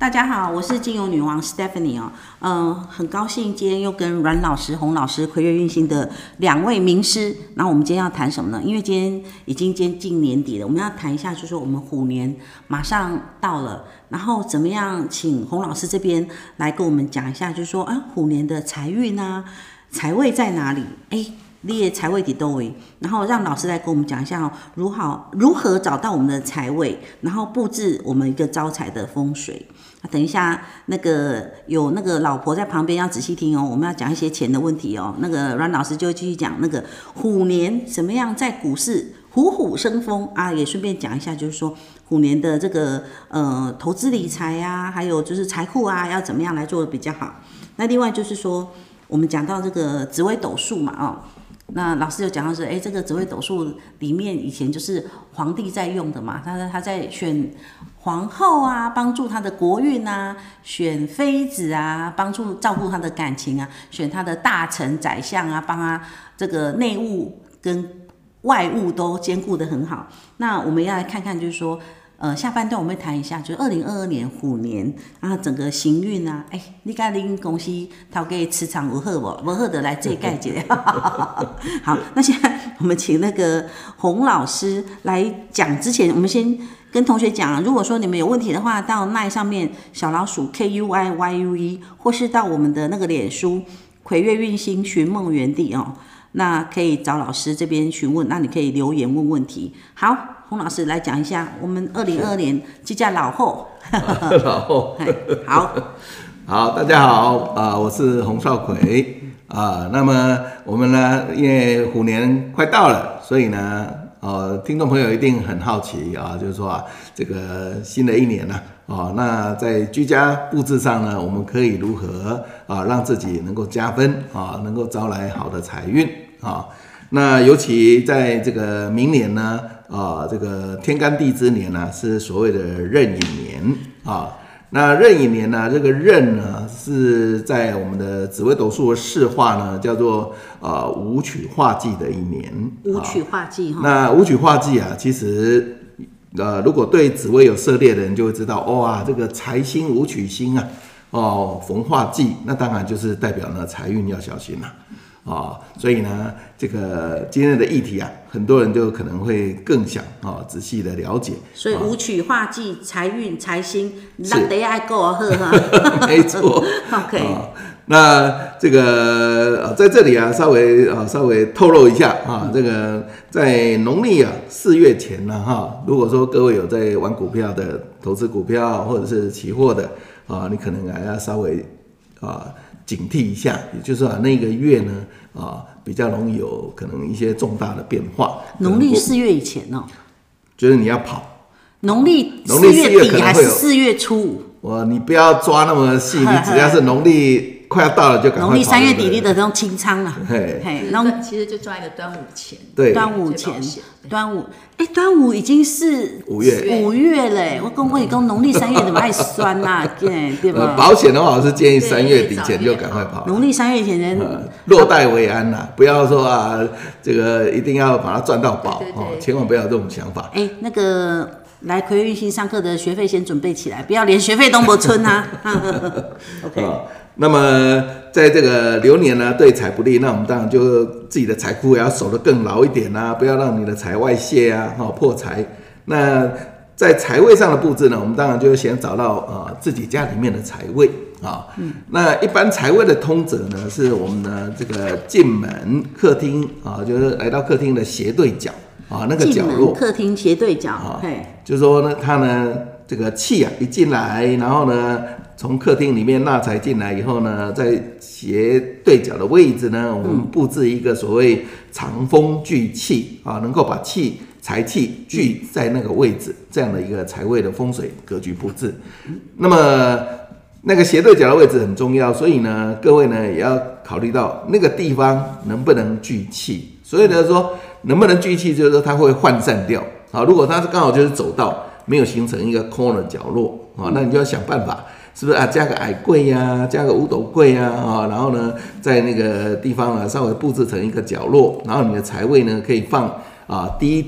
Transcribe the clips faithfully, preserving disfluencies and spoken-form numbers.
大家好，我是精油女王 Stephanie 哦，嗯，很高兴今天又跟阮老师、洪老师、葵月运星的两位名师，然后我们今天要谈什么呢？因为今天已经接近年底了，我们要谈一下，就是说我们虎年马上到了，然后怎么样，请洪老师这边来跟我们讲一下，就是说啊，虎年的财运啊，财位在哪里？哎。你的财位伫倒位，然后让老师来跟我们讲一下哦，如何如何找到我们的财位，然后布置我们一个招财的风水。啊、等一下，那个有那个老婆在旁边要仔细听哦，我们要讲一些钱的问题哦。那个阮老师就继续讲那个虎年怎么样在股市虎虎生风啊，也顺便讲一下，就是说虎年的这个呃投资理财啊，还有就是财库啊，要怎么样来做的比较好。那另外就是说，我们讲到这个紫微斗数嘛，哦。那老师有讲到说，哎，这个紫微斗数里面以前就是皇帝在用的嘛，他他在选皇后啊，帮助他的国运啊；选妃子啊，帮助照顾他的感情啊；选他的大臣宰相啊，帮他这个内务跟外务都兼顾得很好。那我们要来看看，就是说。呃，下半段我们会谈一下，就是二零二二年虎年，然后整个行运啊，哎，你甲恁公司头家磁场有好无？无好的来这盖一下。好，那现在我们请那个洪老师来讲之前，我们先跟同学讲，如果说你们有问题的话，到 L I N E 上面小老鼠 K U I Y U E， 或是到我们的那个脸书葵月运星寻梦园地哦，那可以找老师这边询问，那你可以留言问问题。好。洪老师来讲一下，我们二零二二年这家老后， 老后， 好， 好，大家好啊、呃，我是洪少奎啊、呃。那么我们呢，因为虎年快到了，所以呢，呃，听众朋友一定很好奇啊，就是说啊，这个新的一年呢、啊，啊，那在居家布置上呢，我们可以如何啊，让自己能够加分啊，能够招来好的财运啊。那尤其在这个明年呢，啊，这个天干地支年呢、啊，是所谓的壬寅年啊。那壬寅年呢，这个壬呢是在我们的紫微斗数的释化呢，叫做呃武曲化忌的一年。 武曲化忌哈。 那武曲化忌啊，其实呃，如果对紫微有涉猎的人就会知道，哇，这个财星武曲星啊，哦，逢化忌，那当然就是代表呢财运要小心了。啊、哦，所以呢，这个今天的议题啊，很多人就可能会更想啊、哦、仔细的了解。 所以武曲化忌，财运财星，让大家够啊喝哈。 没错。 OK、 哦。那这个、呃、在这里啊，稍微啊、呃、稍微透露一下啊，这个在农历啊四月前呢哈，如果说各位有在玩股票的、投资股票或者是期货的啊，你可能还要稍微啊。警惕一下，也就是说、啊、那个月呢，啊，比较容易有可能一些重大的变化。 农历四月以前哦， 就是你要跑。 农历四月底还是四月初五？ 我你不要抓那么细，你只要是农历快要到了就赶快跑。 农历三月底你的这种清仓了， 嘿，然后其实就抓一个端午前。 对， 端午前，端午，哎，端午已经是五月， 五月嘞。我跟我讲，农历三月怎么爱酸呐？对吧？ 保险的话，我是建议三月底前就赶快跑。 农历三月前人落袋为安呐，不要说啊，这个一定要把它赚到饱哦，千万不要有这种想法。 哎，那个。来葵月运星上课的学费先准备起来，不要连学费都没存啊。OK、哦。 那么在这个流年呢，对财不利，那我们当然就自己的财库也要守得更牢一点啊，不要让你的财外泄啊，哈、哦，破财。那在财位上的布置呢，我们当然就先找到呃自己家里面的财位啊。嗯。那一般财位的通则呢，是我们的这个进门客厅啊，就是来到客厅的斜对角。啊，那个角落， 客厅斜对角，啊， 就是说呢，它呢，这个气啊一进来，然后呢，从客厅里面纳财进来以后呢，在斜对角的位置呢，我们布置一个所谓藏风聚气啊，能够把气财气聚在那个位置，这样的一个财位的风水格局布置。那么那个斜对角的位置很重要，所以呢，各位呢也要考虑到那个地方能不能聚气。所以呢说。能不能聚气，就是说它会涣散掉。好，如果它刚好就是走道，没有形成一个 corner 角落啊，那你就要想办法，是不是啊？加个矮柜呀、啊，加个五斗柜呀，啊，然后呢，在那个地方啊，稍微布置成一个角落，然后你的财位呢可以放啊低一点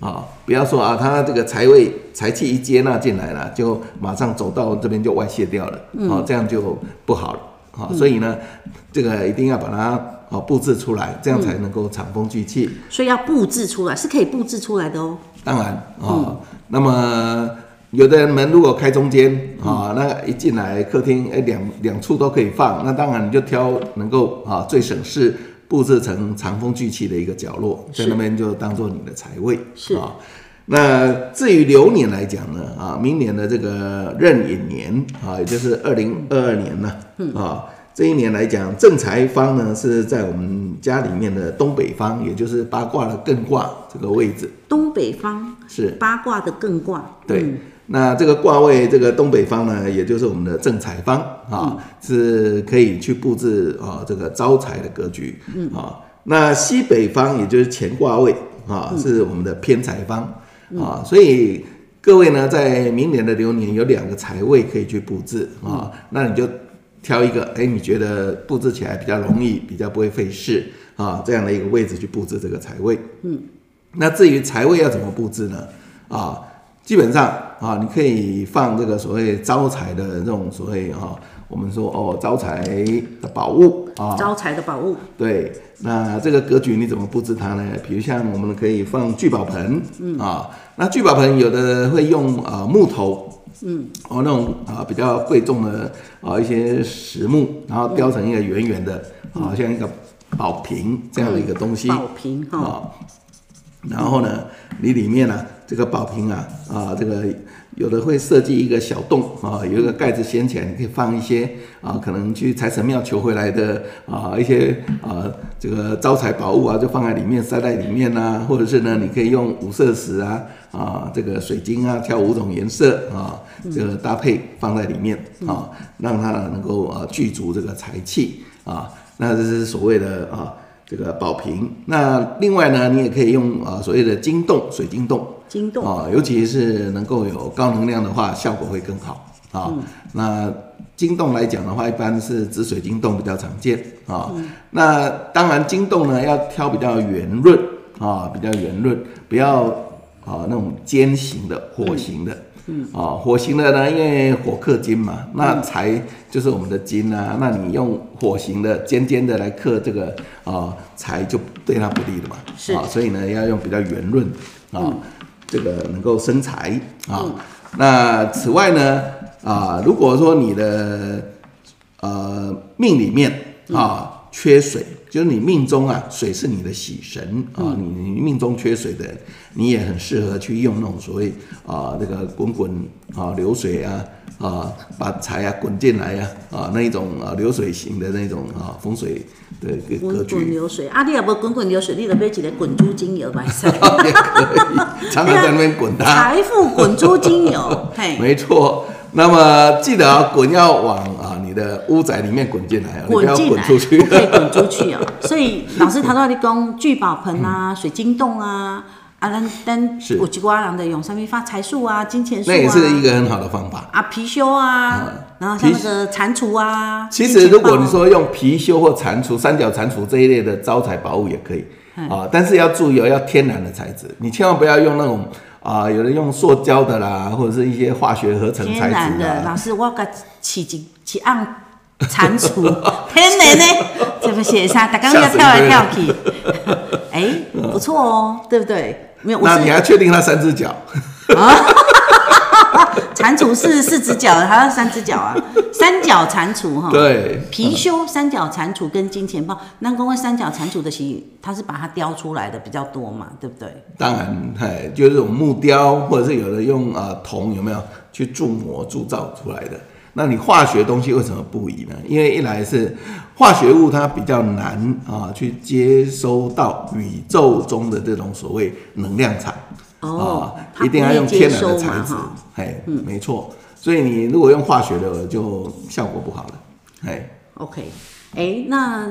啊，不要说啊，他这个财位财气一接纳进来了，就马上走到这边就外泄掉了，嗯、啊，这样就不好了，啊，嗯、所以呢，这个一定要把它啊布置出来，这样才能够长风聚气。 所以要布置出来，是可以布置出来的哦。 当然啊，嗯、那么有的门如果开中间啊，那一进来客厅，哎，两两处都可以放，那当然你就挑能够啊最省事。布置成长风聚气的一个角落，在那边就当做你的财位是啊。 那至于流年来讲呢，啊，明年的这个壬寅年啊，也就是二零二二年呢，嗯、啊，这一年来讲，正财方呢是在我们家里面的东北方，也就是八卦的艮卦这个位置。 东北方是八卦的艮卦， 对。 嗯那这个卦位，这个东北方呢，也就是我们的正财方啊，嗯、是可以去布置啊这个招财的格局，嗯啊。那西北方也就是乾卦位啊，嗯、是我们的偏财方啊，嗯、所以各位呢，在明年的流年有两个财位可以去布置啊，嗯、那你就挑一个，哎，你觉得布置起来比较容易，比较不会费事啊，这样的一个位置去布置这个财位。嗯，那至于财位要怎么布置呢？啊。基本上啊，你可以放这个所谓招财的这种所谓啊，我们说哦招财的宝物啊， 招财的宝物。对， 那这个格局你怎么布置它呢？比如像我们可以放聚宝盆，嗯啊，那聚宝盆有的会用啊木头，嗯，哦那种啊比较贵重的啊一些实木，然后雕成一个圆圆的，嗯、啊像一个宝瓶这样的一个东西， 宝瓶哈。啊然后呢，你里面呢、啊，这个宝瓶啊，啊，这个有的会设计一个小洞啊，有一个盖子掀起来，你可以放一些啊，可能去财神庙求回来的啊一些啊这个招财宝物啊，就放在里面，塞在里面啊，或者是呢，你可以用五色石啊啊这个水晶啊，挑五种颜色啊，这个搭配放在里面啊，让它能够啊具足这个财气啊，那这是所谓的啊。这个宝瓶，那另外呢，你也可以用啊所谓的晶洞、水晶洞， 晶洞啊，尤其是能够有高能量的话，效果会更好啊。嗯、那晶洞来讲的话，一般是紫水晶洞比较常见啊。嗯、那当然，晶洞呢要挑比较圆润啊，比较圆润，不要啊那种尖形的、火型的。嗯啊，火型的呢，因为火克金嘛，那财就是我们的金啊，那你用火型的尖尖的来克这个啊财，就对它不利了嘛。是啊，所以呢要用比较圆润啊，嗯、这个能够生财啊。嗯、那此外呢啊，如果说你的呃命里面啊。嗯缺水，就是你命中啊，水是你的喜神啊，你你命中缺水的人，你也很适合去用那种所谓啊这个滚滚啊流水啊啊把财啊滚进来啊啊那一种啊流水型的那种啊风水的一个格局。 滚滚流水啊，你也无滚滚流水，你就买一个滚珠精油吧， 也可以，常常在那边滚它。 财富滚珠精油，嘿， 没错。那么记得啊，滚要往啊你的屋宅里面滚进来啊， 滚进来， 你不要滚出去， 不可以滚出去哦。所以老师他都在讲聚宝盆啊、水晶洞啊，啊，咱咱有一寡人的用什么发财树啊、金钱树啊， 那也是一个很好的方法啊，貔貅啊，嗯、然后像那个蟾蜍啊。 其实如果你说用貔貅或蟾蜍、三角蟾蜍这一类的招财宝物也可以啊，但是要注意哦，要天然的材质，你千万不要用那种。啊，有人用塑胶的啦，或者是一些化学合成材质、啊。天然的，老师，我甲饲一一盎蟾蜍，天然的，这不写啥？大家要跳来跳去，哎、欸，不错哦，对不对？没有， 那你还确定它三只脚？ 啊蟾蜍是四只脚的，还要三只脚啊？三角蟾蜍哈， 对， 貔貅、三角蟾蜍跟金钱豹，那公问三角蟾蜍的是，它是把它雕出来的比较多嘛，对不对？ 当然，哎，就是这种木雕，或者是有的用啊铜有没有去铸模铸造出来的？那你化学东西为什么不宜呢？因为一来是化学物它比较难啊去接收到宇宙中的这种所谓能量场。哦，一定要用天然的材质，哎，嗯，没错。所以你如果用化学的，就效果不好了，哎。 OK， 哎，那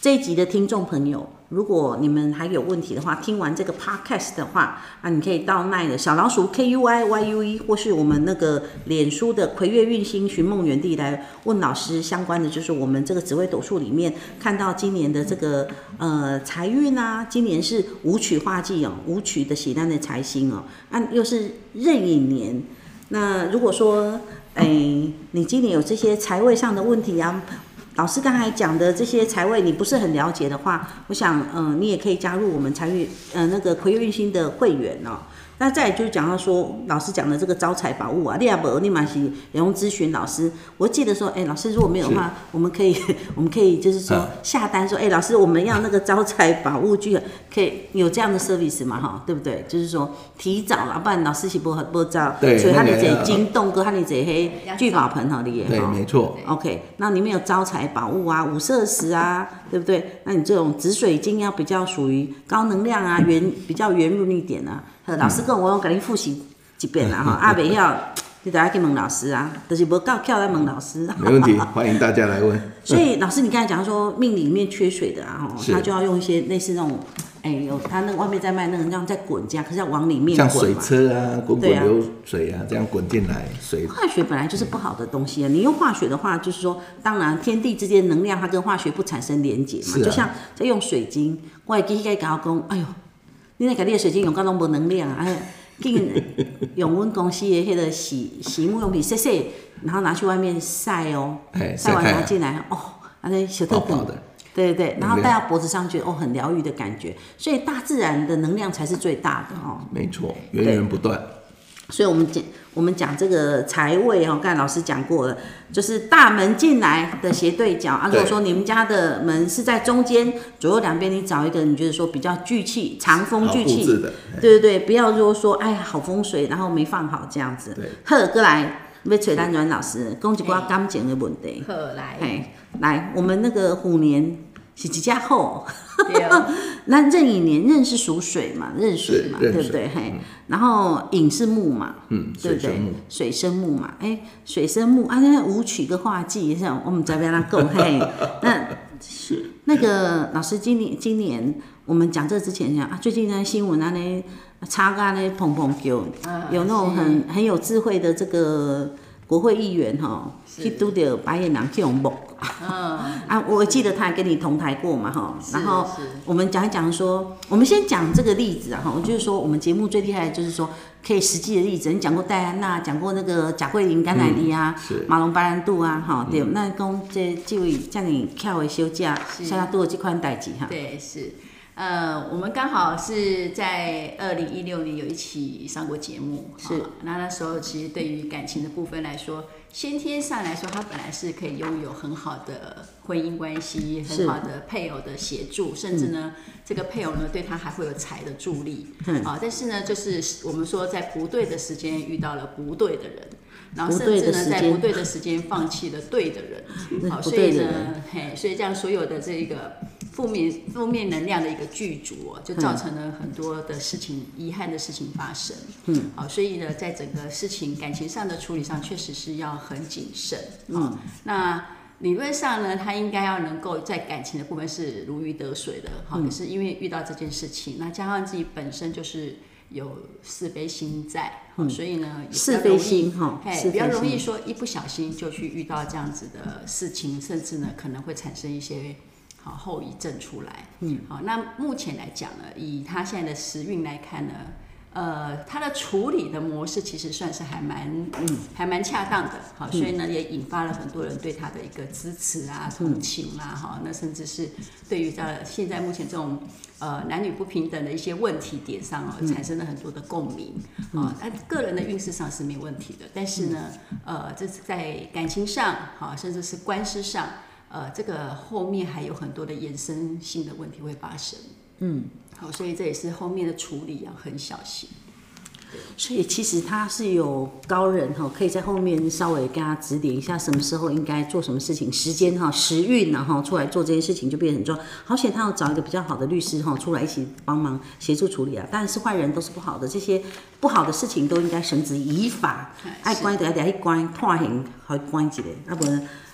这一集的听众朋友，如果你们还有问题的话，听完这个 podcast 的话，啊，你可以到奈的小老鼠 K U I Y U E， 或是我们那个脸书的葵月运星寻梦园地来问老师相关的，就是我们这个紫微斗数里面看到今年的这个呃财运啊，今年是武曲化忌哦，武曲的喜难的财星哦，啊，又是壬寅年。那如果说，哎，你今年有这些财位上的问题啊，老师刚才讲的这些财位你不是很了解的话，我想，嗯、呃，你也可以加入我们财运，呃，那个葵月运星的会员哦。那再来就是讲到说，老师讲的这个招财宝物啊，你也无你嘛是也用咨询老师。我记得说，哎、欸，老师如果没有的话，我们可以我们可以就是说下单说，哎、欸，老师我们要那个招财宝物具，可以有这样的 service 嘛，哈，对不对？就是说提早啦，不然老师是不不知道，所以他你这金洞哥，他你这黑聚宝盆哈，你也对，没错。 OK， 那里面有招财宝物啊，五色石啊，对不对？那你这种紫水晶要比较属于高能量啊，圆比较圆润一点啊。老师跟我讲，给你复习一遍啦哈，啊，袂晓你等下去问老师啊，就是无够巧来问老师。 没问题，欢迎大家来问。 所以老师，你刚才讲说命理里面缺水的啊，他就要用一些类似那种，哎、欸，有他那个外面在卖那个让在滚这样，可是要往里面滚嘛， 像水车啊，滚滚流水啊，这样滚进来水。 化学本来就是不好的东西啊，你用化学的话，就是说，当然天地之间能量它跟化学不产生连结嘛，啊、就像在用水晶，我会记起甲我讲，哎呦。你那个你的水晶用到拢无能量啊！竟用阮公司的迄个洗洗沐用品洗洗，然后拿去外面晒哦，晒完拿进来哦，安尼小特更，对对对，然后戴到脖子上，觉得哦很疗愈的感觉。所以大自然的能量才是最大的哦。 没错，源源不断。 所以我们讲我们讲这个财位哦，刚才老师讲过了，就是大门进来的斜对角啊。如果说你们家的门是在中间，左右两边你找一个你觉得说比较聚气、藏风聚气，对对对，不要如果说哎呀好风水，然后没放好这样子。好，过来要找咱阮老师讲一寡感情的问题。 好来， 嘿，来，我们那个虎年是一只虎。那壬寅年，壬是属水嘛，壬水嘛，对不对？嘿，然后寅是木嘛， 嗯， 对不对？水生木嘛，哎，水生木啊，那武曲个化忌，像我们这边那讲，嘿，那那个老师今年今年我们讲这之前讲啊，最近那新闻啊，那叉嘎那砰砰叫，有那种很很有智慧的这个国会议员哈，去拄到白眼狼去用木。嗯啊，我记得他还跟你同台过嘛哈，然后我们讲一讲说，我们先讲这个例子啊哈，我就是说我们节目最厉害的就是说可以实际的例子，你讲过戴安娜，讲过那个贾桂林、甘乃迪啊，嗯、马龙白兰度啊哈，对，嗯、那讲这这位叫你巧的休假，现在都有这款代志哈， 对是。呃，我们刚好是在二零一六年有一起上过节目，是。那那时候其实对于感情的部分来说，先天上来说，他本来是可以拥有很好的婚姻关系，很好的配偶的协助，甚至呢，嗯、这个配偶呢对他还会有财的助力，嗯、啊。但是呢，就是我们说在不对的时间遇到了不对的人。然后甚至呢，在不对的时间放弃了对的人，好，所以呢，嘿，所以这样所有的这个负面负面能量的一个聚逐哦，就造成了很多的事情、遗憾的事情发生。嗯，好，所以呢，在整个事情感情上的处理上，确实是要很谨慎。嗯，那理论上呢，他应该要能够在感情的部分是如鱼得水的。好，可是因为遇到这件事情，那加上自己本身就是有是非心在。嗯、所以呢， 是非心哈， 比较容易说一不小心就去遇到这样子的事情，甚至呢可能会产生一些好后遗症出来。嗯，好，那目前来讲呢，以他现在的时运来看呢，呃，他的处理的模式其实算是还蛮，嗯，还蛮恰当的。好，所以呢也引发了很多人对他的一个支持啊、同情啦，哈、嗯，那甚至是对于在现在目前这种。呃，男女不平等的一些问题点上哦，产生了很多的共鸣啊。那、嗯、个人的运势上是没问题的，但是呢，呃，这是在感情上，哈，甚至是官司上，呃，这个后面还有很多的衍生性的问题会发生。嗯，好，所以这也是后面的处理要很小心。 所以其实他是有高人哈，可以在后面稍微跟他指点一下，什么时候应该做什么事情，时间哈、时运然后出来做这件事情就变得很重要。好险他要找一个比较好的律师哈出来一起帮忙协助处理啊。当然是坏人都是不好的，这些不好的事情都应该绳之以法，爱关就要得一关，判刑好关一下，要不然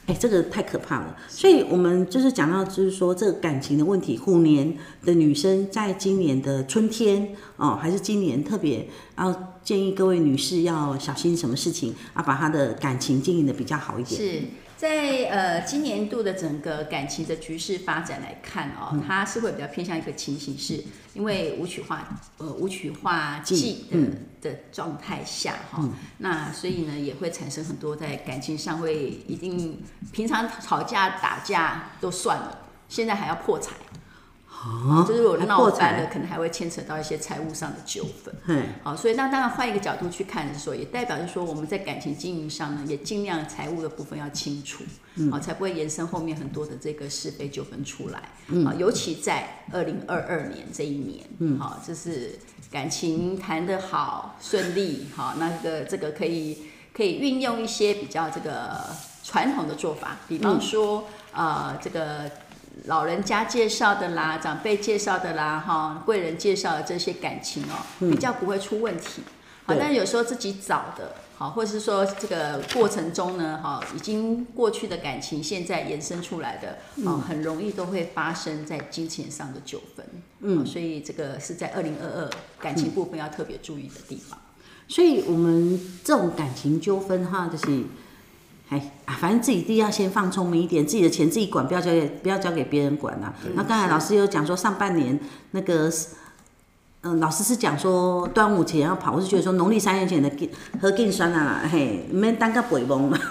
哎，这个太可怕了。所以我们就是讲到，就是说这个感情的问题，虎年的女生在今年的春天哦，还是今年特别要建议各位女士要小心什么事情啊，把她的感情经营的比较好一点。 是。在呃今年度的整个感情的局势发展来看哦，嗯、它是会比较偏向一个情形，是因为武曲化呃武曲化忌的、嗯、的状态下哈、嗯，那所以呢也会产生很多在感情上会一定平常吵架打架都算了，现在还要破财。哦、就是如果闹翻了，可能还会牵扯到一些财务上的纠纷。嗯，好，所以那当然换一个角度去看的时候，也代表着说我们在感情经营上呢，也尽量财务的部分要清楚，嗯，好，才不会延伸后面很多的这个是非纠纷出来。嗯，好，尤其在二零二二年这一年，嗯，好，就是感情谈得好顺利，好，那个这个可以可以运用一些比较这个传统的做法，比方说、嗯、呃这个。老人家介绍的啦，长辈介绍的啦，哈，贵人介绍的这些感情哦，比较不会出问题。好，但有时候自己找的，好，或者是说这个过程中呢，哈，已经过去的感情，现在延伸出来的，哦，很容易都会发生在金钱上的纠纷。嗯，所以这个是在二零二二感情部分要特别注意的地方。 所以我们这种感情纠纷哈，就是。哎啊，反正自己一定要先放聪明一点，自己的钱自己管，不要交给不要交给别人管啦、啊。那刚才老师有讲说，上半年那个，嗯、呃，老师是讲说端午前要跑，我是觉得说农历三月前的喝更酸啊，嘿，唔免等个背懵嘛。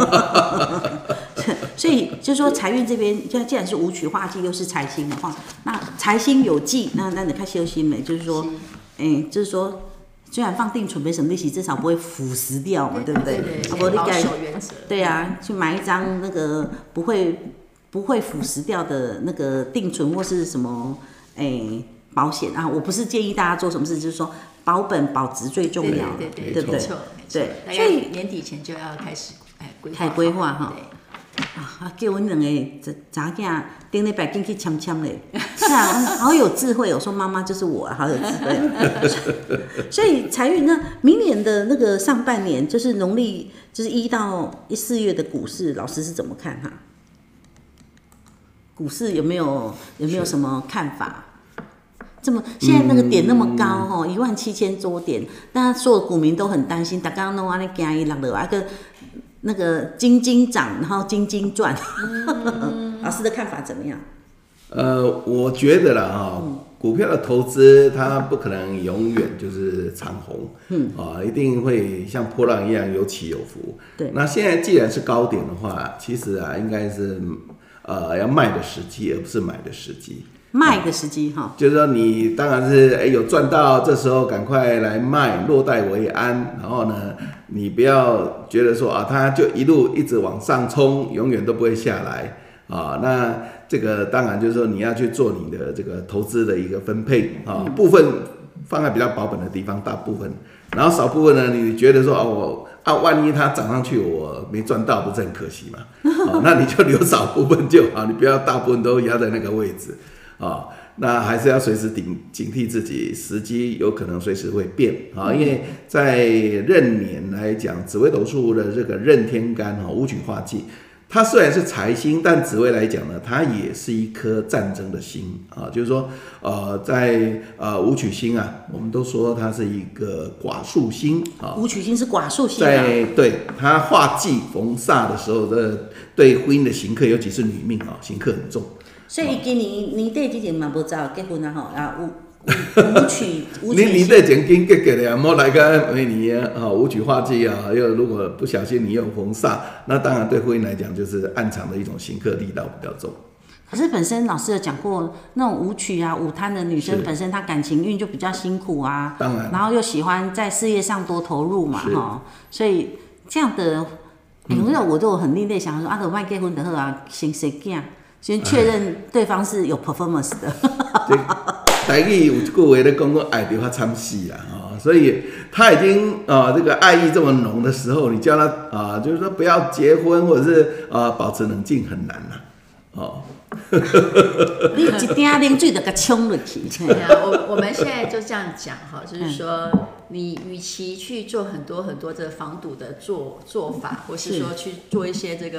所以就说财运这边，就既然是武曲化忌又是财星的话，那财星有忌，那那你看修心没？就是说，哎、欸，就是说。虽然放定存没什么利息，至少不会腐蚀掉嘛，对不对？ 对对对，保守原则。 对啊，去买一张那个不会不会腐蚀掉的那个定存或是什么诶保险啊。我不是建议大家做什么事，就是说保本保值最重要， 对对对， 对不对？ 没错， 对， 所以年底前就要开始哎规划， 开规划哈。啊！叫阮两个查囝顶礼拜进去签签嘞，是啊，好有智慧哦！说妈妈就是我，好有智慧。所以财运呢，明年的那个上半年，就是农历就是一到一四月的股市，老师是怎么看哈？股市有没有有没有什么看法？这么现在那个点那么高哦，一万七千多点，大家所有股民都很担心，大家弄安尼惊伊落落啊个。那个金金涨，然后金金赚，嗯、老师的看法怎么样？ 呃，我觉得啦哈、嗯，股票的投资它不可能永远就是长红，嗯啊，一定会像波浪一样有起有伏。对，那现在既然是高点的话，其实啊，应该是呃要卖的时机，而不是买的时机。 卖的时机哈， 就是说你当然是哎有赚到，这时候赶快来卖，落袋为安。然后呢，你不要觉得说啊，它就一路一直往上冲，永远都不会下来啊。那这个当然就是说你要去做你的这个投资的一个分配啊，嗯、部分放在比较保本的地方，大部分，然后少部分呢，你觉得说啊我。啊，万一它涨上去，我没赚到，不是很可惜吗？哦，那你就留少部分就好，你不要大部分都压在那个位置啊、哦。那还是要随时警警惕自己，时机有可能随时会变啊、哦。因为在壬年来讲，紫微斗数的这个壬天干哈，武曲化忌。它虽然是财星，但紫微来讲呢，它也是一颗战争的星啊，就是说，呃，在呃武曲星啊，我们都说它是一个寡宿星啊。 武曲星是寡宿星、啊， 在对它化忌逢煞的时候，的对婚姻的刑克，尤其是女命啊，刑克很重。 所以今年年底之前嘛无早结婚啊吼，啊有。武曲，武曲你你在前经结结的，莫来个每年啊武曲化忌啊，又如果不小心你又逢煞，那当然对婚姻来讲就是暗藏的一种刑克力道比较重。 可是本身老师有讲过，那种武曲啊、武贪的女生本身她感情运就比较辛苦啊， 当然， 然后又喜欢在事业上多投入嘛，哈，所以这样的，因为、嗯、我都很另类想说，啊，都卖结婚的好啊，先生囝，先确认对方是有 performance 的。 台语有一句话咧讲，讲爱就较惨死啦，啊，所以他已经啊、呃、这个爱意这么浓的时候，你叫他啊、呃，就是说不要结婚或者是啊、呃、保持冷静很难啦，哦。 你一点冷水就给冲落去。 对啊，我我们现在就这样讲哈，就是说，你与其去做很多很多的防堵的做做法，或是说去做一些这个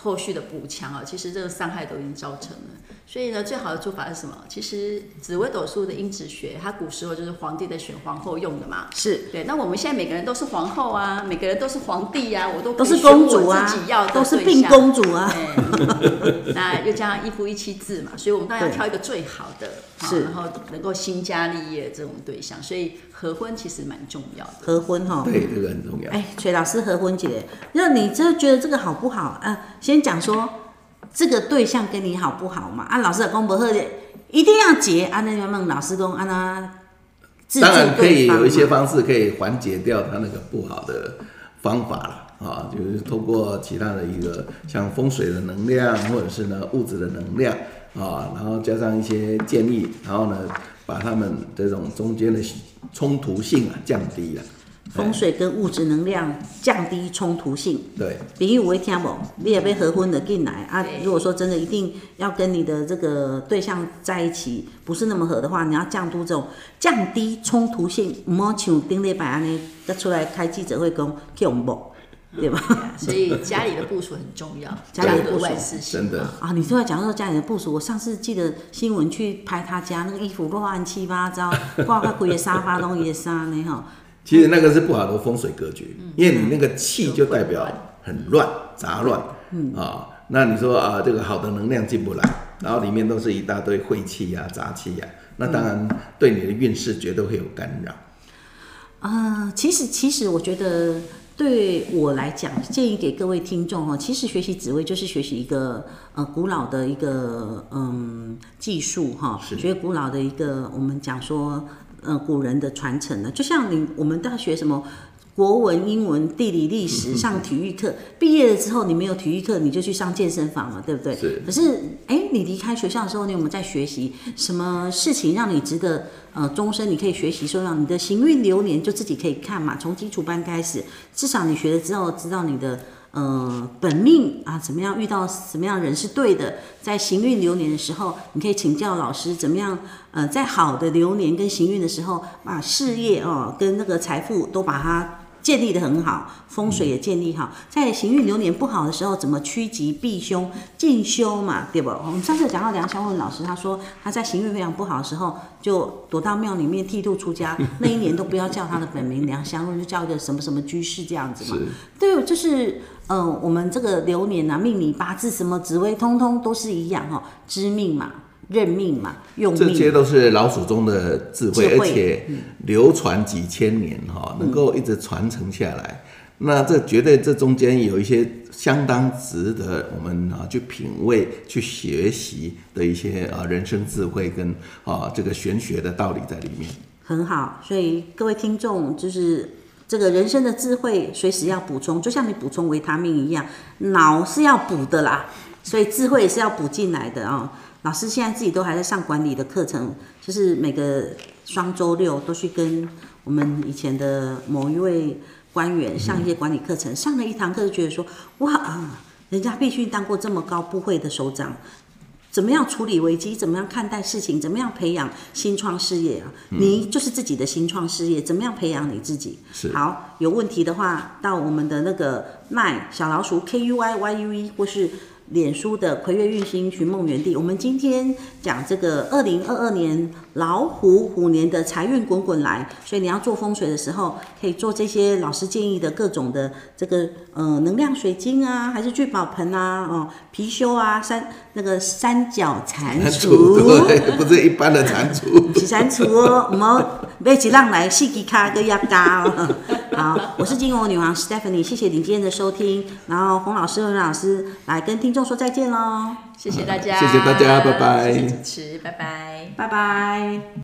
后续的补强啊，其实这个伤害都已经造成了。所以呢，最好的做法是什么？其实紫微斗数的因子学，它古时候就是皇帝在选皇后用的嘛。 是对。那我们现在每个人都是皇后啊，每个人都是皇帝啊，我都都是公主啊， 自己要的都是病公主啊。 那又加上一夫一妻制嘛，所以我们当然要挑一个最好的， 是， 然后能够兴家立业这种对象。所以合婚其实蛮重要的。 合婚哈， 对，这个很重要。 哎，崔老师合婚节，那你这觉得这个好不好啊？先讲说。这个对象跟你好不好嘛？啊，老师讲不好的，一定要结。啊，那问老师讲，啊那当然可以有一些方式可以缓解掉他那个不好的方法了啊，就是透过其他的一个像风水的能量，或者是呢物质的能量啊，然后加上一些建议，然后呢把他们这种中间的冲突性啊降低了。 风水跟物质能量降低冲突性。 对， 朋友会听不？你也被合婚的进来啊。如果说真的一定要跟你的这个对象在一起，不是那么合的话，你要降低这种降低冲突性，唔好像顶礼拜安尼，再出来开记者会讲恐某，对吧？ 所以家里的部署很重要， 家里的部署真的啊。你突然讲到家里的部署，我上次记得新闻去拍他家那个衣服乱七八糟，挂个规个沙发拢伊的衫呢哈。 其实那个是不好的风水格局，嗯、因为你那个气就代表很乱、杂乱，嗯啊，那你说啊，这个好的能量进不来，然后里面都是一大堆晦气呀、杂气呀，那当然对你的运势绝对会有干扰。 呃，其实其实我觉得对我来讲，建议给各位听众哈，其实学习紫微就是学习一个呃古老的一个嗯技术哈，学古老的一个我们讲说。呃，古人的传承呢，就像你我们大学什么国文、英文、地理、历史上体育课，毕业了之后你没有体育课，你就去上健身房了，对不对？ 是。 可是，哎，你离开学校的时候，你有没有在学习什么事情让你值得呃终身你可以学习？说让你的行运流年就自己可以看嘛，从基础班开始，至少你学了之后，知道你的。呃，本命啊，怎么样遇到什么样的人是对的？在行运流年的时候，你可以请教老师怎么样。呃，在好的流年跟行运的时候，把事业哦跟那个财富都把它建立得很好，风水也建立好。在行运流年不好的时候，怎么趋吉避凶、进修嘛，对不？我们上次讲到梁湘文老师，他说他在行运非常不好的时候，就躲到庙里面剃度出家，那一年都不要叫他的本名梁湘文，就叫一个什么什么居士这样子嘛。对，就是。呃，我们这个流年啊、命理、八字什么紫微，通通都是一样哈、哦，知命嘛、认命嘛、用命， 这些都是老祖宗的智慧，智慧而且流传几千年哈、嗯，能够一直传承下来。那这绝对这中间有一些相当值得我们啊去品味、去学习的一些啊人生智慧跟啊这个玄学的道理在里面。 很好，所以各位听众就是。这个人生的智慧随时要补充，就像你补充维他命一样，脑是要补的啦，所以智慧也是要补进来的啊、哦。老师现在自己都还在上管理的课程，就是每个双周六都去跟我们以前的某一位官员上一些管理课程，上了一堂课就觉得说，哇啊，人家必须当过这么高部会的首长。怎么样处理危机？怎么样看待事情？怎么样培养新创事业啊？嗯、你就是自己的新创事业，怎么样培养你自己？好，有问题的话，到我们的那个 LINE 小老鼠 K U I Y U E 或是脸书的葵月运星寻梦园地。我们今天讲这个二零二二年老虎虎年的财运滚滚来，所以你要做风水的时候，可以做这些老师建议的各种的这个呃能量水晶啊，还是聚宝盆啊，哦貔貅啊，三那个三角蟾蜍， 对，不是一般的蟾蜍， 不是蟾蜍哦，我们买一浪来四支卡跟压嘎哦。好，我是金牛女王 Stephanie， 谢谢你今天的收听，然后洪老师、文老师来跟听众说再见喽， 谢谢大家， 谢谢大家，拜拜， 谢谢主持，拜拜， 拜拜。